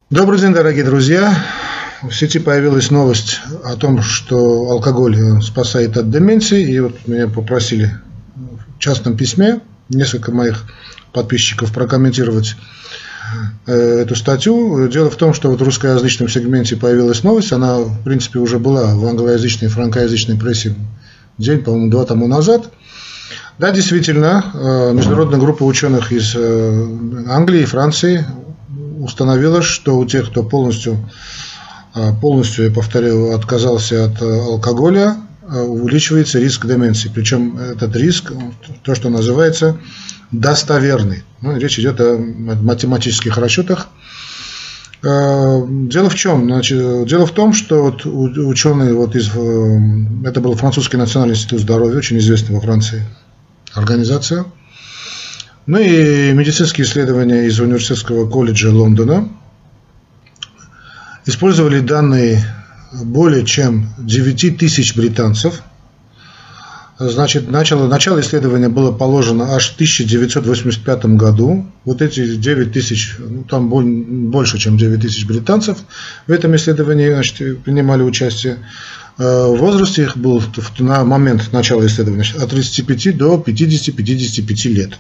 Добрый день, дорогие друзья. В сети появилась новость о том, что алкоголь спасает от деменции. И вот меня попросили в частном письме несколько моих подписчиков прокомментировать эту статью. Дело в том, что вот в русскоязычном сегменте появилась новость. Она, в принципе, уже была в англоязычной и франкоязычной прессе день, по-моему, 2 тому назад. Да, действительно, международная группа ученых из Англии и Франции установила, что у тех, кто полностью, я повторю, отказался от алкоголя, увеличивается риск деменции. Причем этот риск, то, что называется, достоверный. Речь идет о математических расчетах. Дело в чем? Дело в том, что вот ученые, это был Французский национальный институт здоровья, очень известный во Франции организация, ну и медицинские исследования из университетского колледжа Лондона использовали данные более чем 9 тысяч британцев. Значит, начало исследования было положено аж в 1985 году. Вот эти 9 тысяч, там больше, чем 9 тысяч британцев в этом исследовании, значит, принимали участие. Возраст их был на момент начала исследования от 35 до 50-55 лет.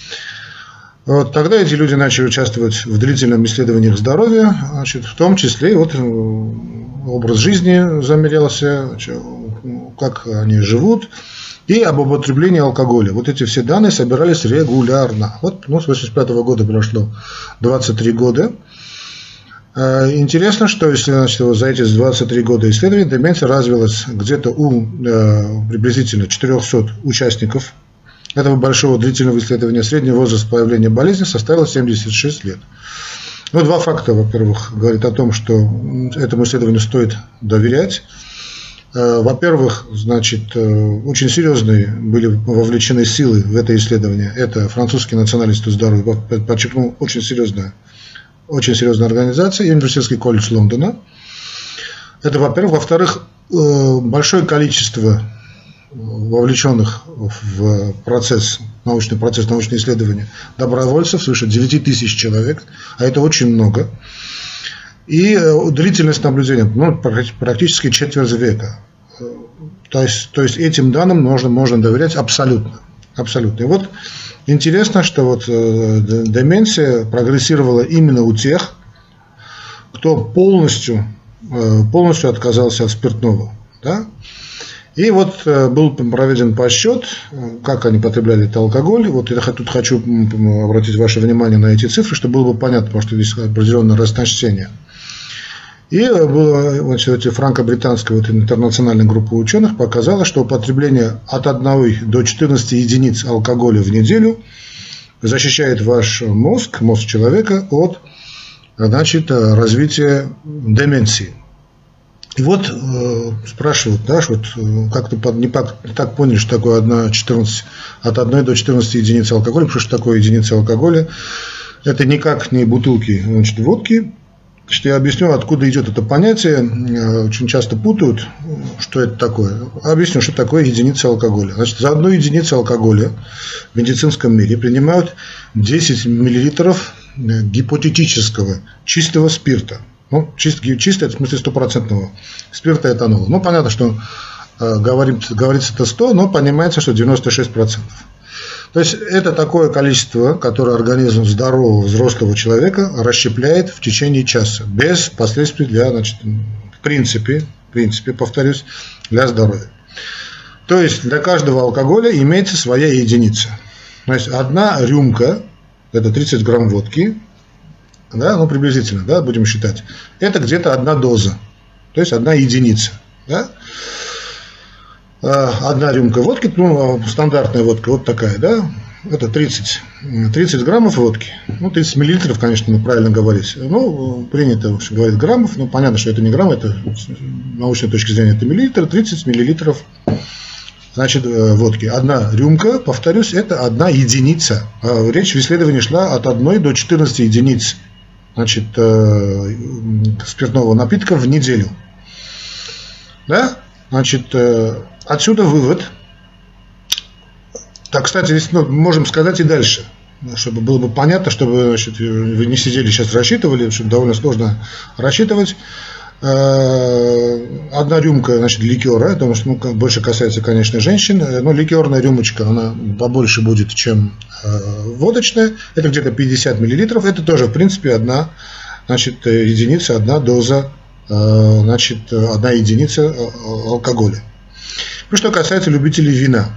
Вот тогда эти люди начали участвовать в длительном исследовании здоровья, значит, в том числе вот образ жизни замерялся, как они живут, и об употреблении алкоголя. Вот эти все данные собирались регулярно. Вот, с 1985 года прошло 23 года. Интересно, что если, значит, за эти 23 года исследований деменция развилась где-то у приблизительно 400 участников этого большого длительного исследования. Средний возраст появления болезни составил 76 лет. Два факта, во-первых, говорят о том, что этому исследованию стоит доверять. Во-первых, значит, очень серьезные были вовлечены силы в это исследование. Это Французский национальный институт здоровья, подчеркну, очень серьезная организация, и Университетский колледж Лондона. Это, во-первых. Во-вторых, большое количество вовлеченных в научные исследования добровольцев, свыше 9 тысяч человек, а это очень много. И длительность наблюдения, практически четверть века. То есть этим данным можно доверять абсолютно. И вот интересно, что вот деменция прогрессировала именно у тех, кто полностью отказался от спиртного. Да? И вот был проведен подсчет, как они потребляли этот алкоголь. Вот я тут хочу обратить ваше внимание на эти цифры, чтобы было бы понятно, потому что здесь определенное разночтение. И франко-британская интернациональная группа ученых показала, что употребление от 1 до 14 единиц алкоголя в неделю защищает ваш мозг человека от, значит, развития деменции. И вот спрашивают, да, как-то не так поняли, что такое от 1 до 14 единиц алкоголя, потому что такое единица алкоголя. Это никак не бутылки, значит, водки. Я объясню, откуда идет это понятие. Очень часто путают, что это такое. Объясню, что такое единица алкоголя. Значит, за 1 единицу алкоголя в медицинском мире принимают 10 миллилитров гипотетического чистого спирта. Чистый, это в смысле 100% спирта этанола. Понятно, что говорится это 100, но понимается, что 96%. То есть это такое количество, которое организм здорового взрослого человека расщепляет в течение часа, без последствий для, значит, в принципе, повторюсь, для здоровья. То есть для каждого алкоголя имеется своя единица. То есть одна рюмка, это 30 грамм водки, да, приблизительно, да, будем считать, это где-то 1 доза, то есть 1 единица. Да? 1 рюмка водки, стандартная водка, вот такая, да, это 30 граммов водки, 30 миллилитров, конечно, правильно говорить, принято говорить граммов, понятно, что это не грамм, это с научной точки зрения это миллилитр, 30 миллилитров, значит, водки. 1 рюмка, повторюсь, это 1 единица, речь в исследовании шла от 1 до 14 единиц, значит, спиртного напитка в неделю, да, значит, отсюда вывод. Так, кстати, здесь можем сказать и дальше. чтобы было бы понятно, чтобы, значит, вы не сидели сейчас рассчитывали, что довольно сложно рассчитывать. Одна рюмка, значит, ликера, потому что больше касается, конечно, женщин, но ликерная рюмочка, она побольше будет, чем водочная, это где-то 50 мл, это тоже, в принципе, одна, значит, единица, одна доза, значит, одна единица алкоголя. Ну, что касается любителей вина.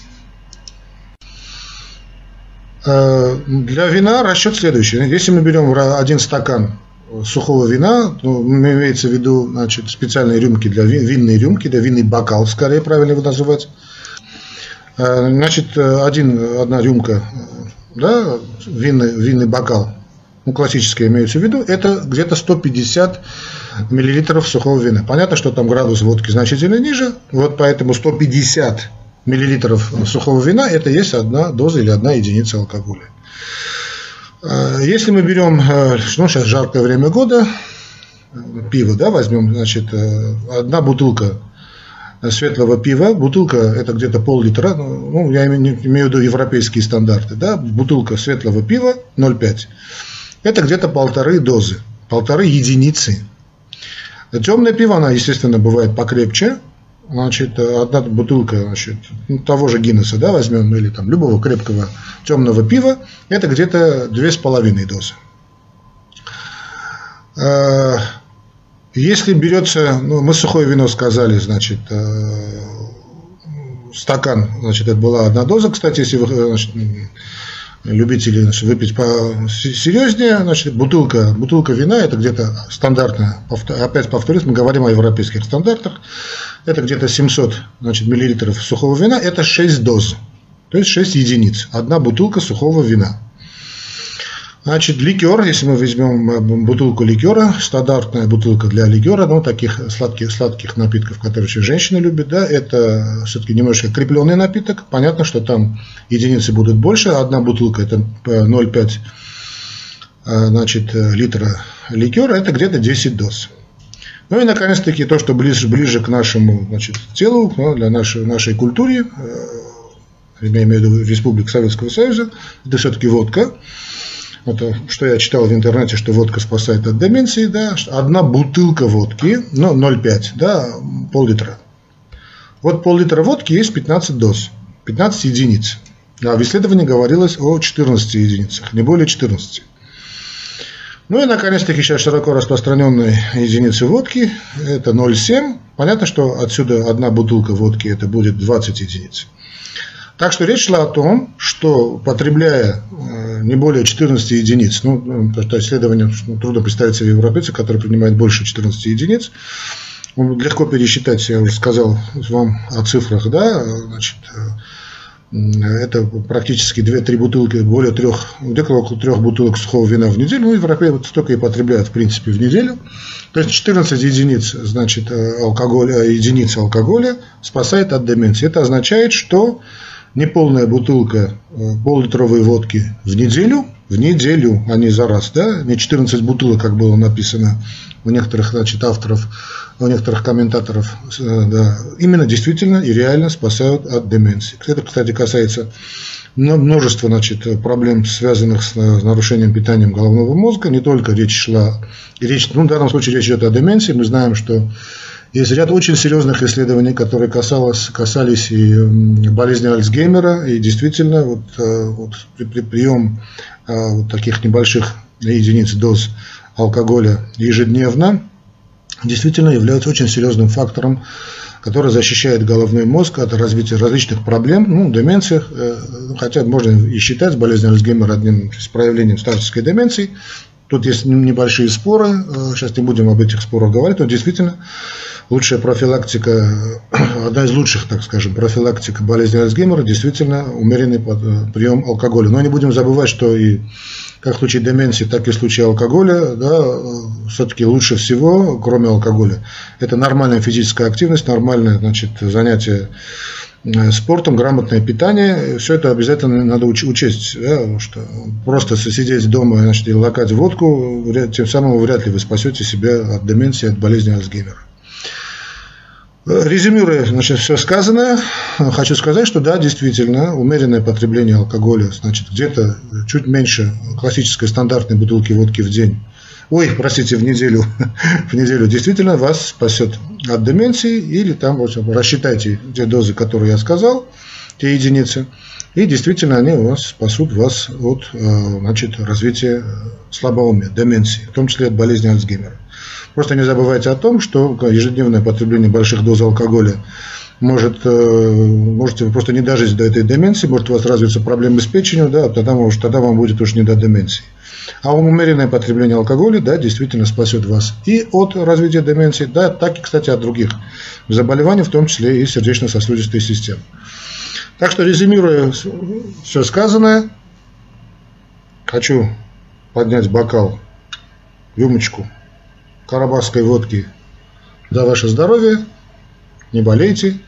Для вина расчет следующий. Если мы берем один стакан сухого вина, то имеется в виду, значит, специальные рюмки для винной рюмки, да, винный бокал, скорее правильно его называть. Значит, одна рюмка, да, винный бокал, ну, классический имеется в виду, это где-то 150 мл сухого вина. Понятно, что там градус водки значительно ниже, вот поэтому 150 мл сухого вина это есть одна доза или одна единица алкоголя. Если мы берем, ну, сейчас жаркое время года, пиво, да, возьмем, значит, одна бутылка светлого пива, бутылка это где-то пол-литра, ну, я имею в виду европейские стандарты, да, бутылка светлого пива 0,5, это где-то 1,5 дозы, 1,5 единицы. Темное пиво, она, естественно, бывает покрепче. Значит, одна бутылка, значит, того же Гиннесса, да, возьмем, или там любого крепкого темного пива, это где-то 2,5 дозы. Если берется, ну, мы сухое вино сказали, значит, стакан, значит, это была одна доза, кстати, если вы, значит, любители, значит, выпить посерьезнее, значит, бутылка вина, это где-то стандартная, опять повторюсь, мы говорим о европейских стандартах, это где-то 700, значит, миллилитров сухого вина, это 6 доз, то есть 6 единиц, одна бутылка сухого вина. Значит, ликер, если мы возьмем бутылку ликера, стандартная бутылка для ликера, ну, таких сладких напитков, которые очень женщины любят, да, это все-таки немножко крепленный напиток, понятно, что там единицы будут больше, одна бутылка это 0,5, значит, литра ликера, это где-то 10 доз. Ну и, наконец-таки, то, что ближе к нашему, значит, телу, для нашей культуре, я имею в виду Республику Советского Союза, это все-таки водка. Это, что я читал в интернете, что водка спасает от деменции, да, одна бутылка водки, ну, 0,5, да, пол-литра. Вот пол-литра водки есть 15 доз, 15 единиц. А в исследовании говорилось о 14 единицах, не более 14. Ну и, наконец-таки, сейчас широко распространенные единицы водки, это 0,7. Понятно, что отсюда одна бутылка водки, это будет 20 единиц. Так что речь шла о том, что, потребляя не более 14 единиц, ну, потому что исследование, трудно представить себе европейца, который принимает больше 14 единиц, легко пересчитать, я уже сказал вам о цифрах, да, значит, это практически 2-3 бутылки, более 3, где-то около 3 бутылок сухого вина в неделю, ну, европейцы столько и потребляют, в принципе, в неделю. То есть 14 единиц, значит, единиц алкоголя спасает от деменции. Это означает, что неполная бутылка пол-литровой водки в неделю, а не за раз, да, не 14 бутылок, как было написано у некоторых, значит, авторов, у некоторых комментаторов, да, именно действительно и реально спасают от деменции. Это, кстати, касается множества, значит, проблем, связанных с нарушением питания головного мозга. Не только ну, в данном случае речь идет о деменции. Мы знаем, что есть ряд очень серьезных исследований, которые касались и болезни Альцгеймера, и действительно вот прием вот таких небольших единиц доз алкоголя ежедневно действительно является очень серьезным фактором, который защищает головной мозг от развития различных проблем, ну, деменция, хотя можно и считать болезнь Альцгеймера одним из проявлений старческой деменции. Тут есть небольшие споры, сейчас не будем об этих спорах говорить, но действительно лучшая профилактика, одна из лучших, так скажем, профилактика болезни Альцгеймера действительно умеренный прием алкоголя. Но не будем забывать, что и как в случае деменции, так и в случае алкоголя, да, все-таки лучше всего, кроме алкоголя, это нормальная физическая активность, нормальное, значит, занятие спортом, грамотное питание. Все это обязательно надо учесть, да, что просто сидеть дома, значит, и лакать водку, тем самым вряд ли вы спасете себя от деменции, от болезни Альцгеймера. Резюмируя, значит, все сказанное, хочу сказать, что да, действительно, умеренное потребление алкоголя, значит, где-то чуть меньше классической стандартной бутылки водки в день, в неделю действительно вас спасет от деменции, или там, в общем, рассчитайте те дозы, которые я сказал, те единицы, и действительно они спасут вас от, значит, развития слабоумия, деменции, в том числе от болезни Альцгеймера. Просто не забывайте о том, что ежедневное потребление больших доз алкоголя можете вы просто не дожить до этой деменции, может у вас развиться проблемы с печенью, да, тогда вам будет уж не до деменции. А умеренное потребление алкоголя, да, действительно спасет вас и от развития деменции, да, так и, кстати, от других заболеваний, в том числе и сердечно-сосудистой системы. Так что, резюмируя все сказанное, хочу поднять бокал, рюмочку карабахской водки за ваше здоровье, не болейте.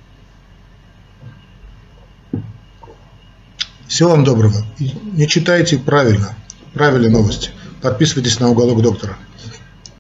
Всего вам доброго. И не читайте правильные новости. Подписывайтесь на «Уголок доктора».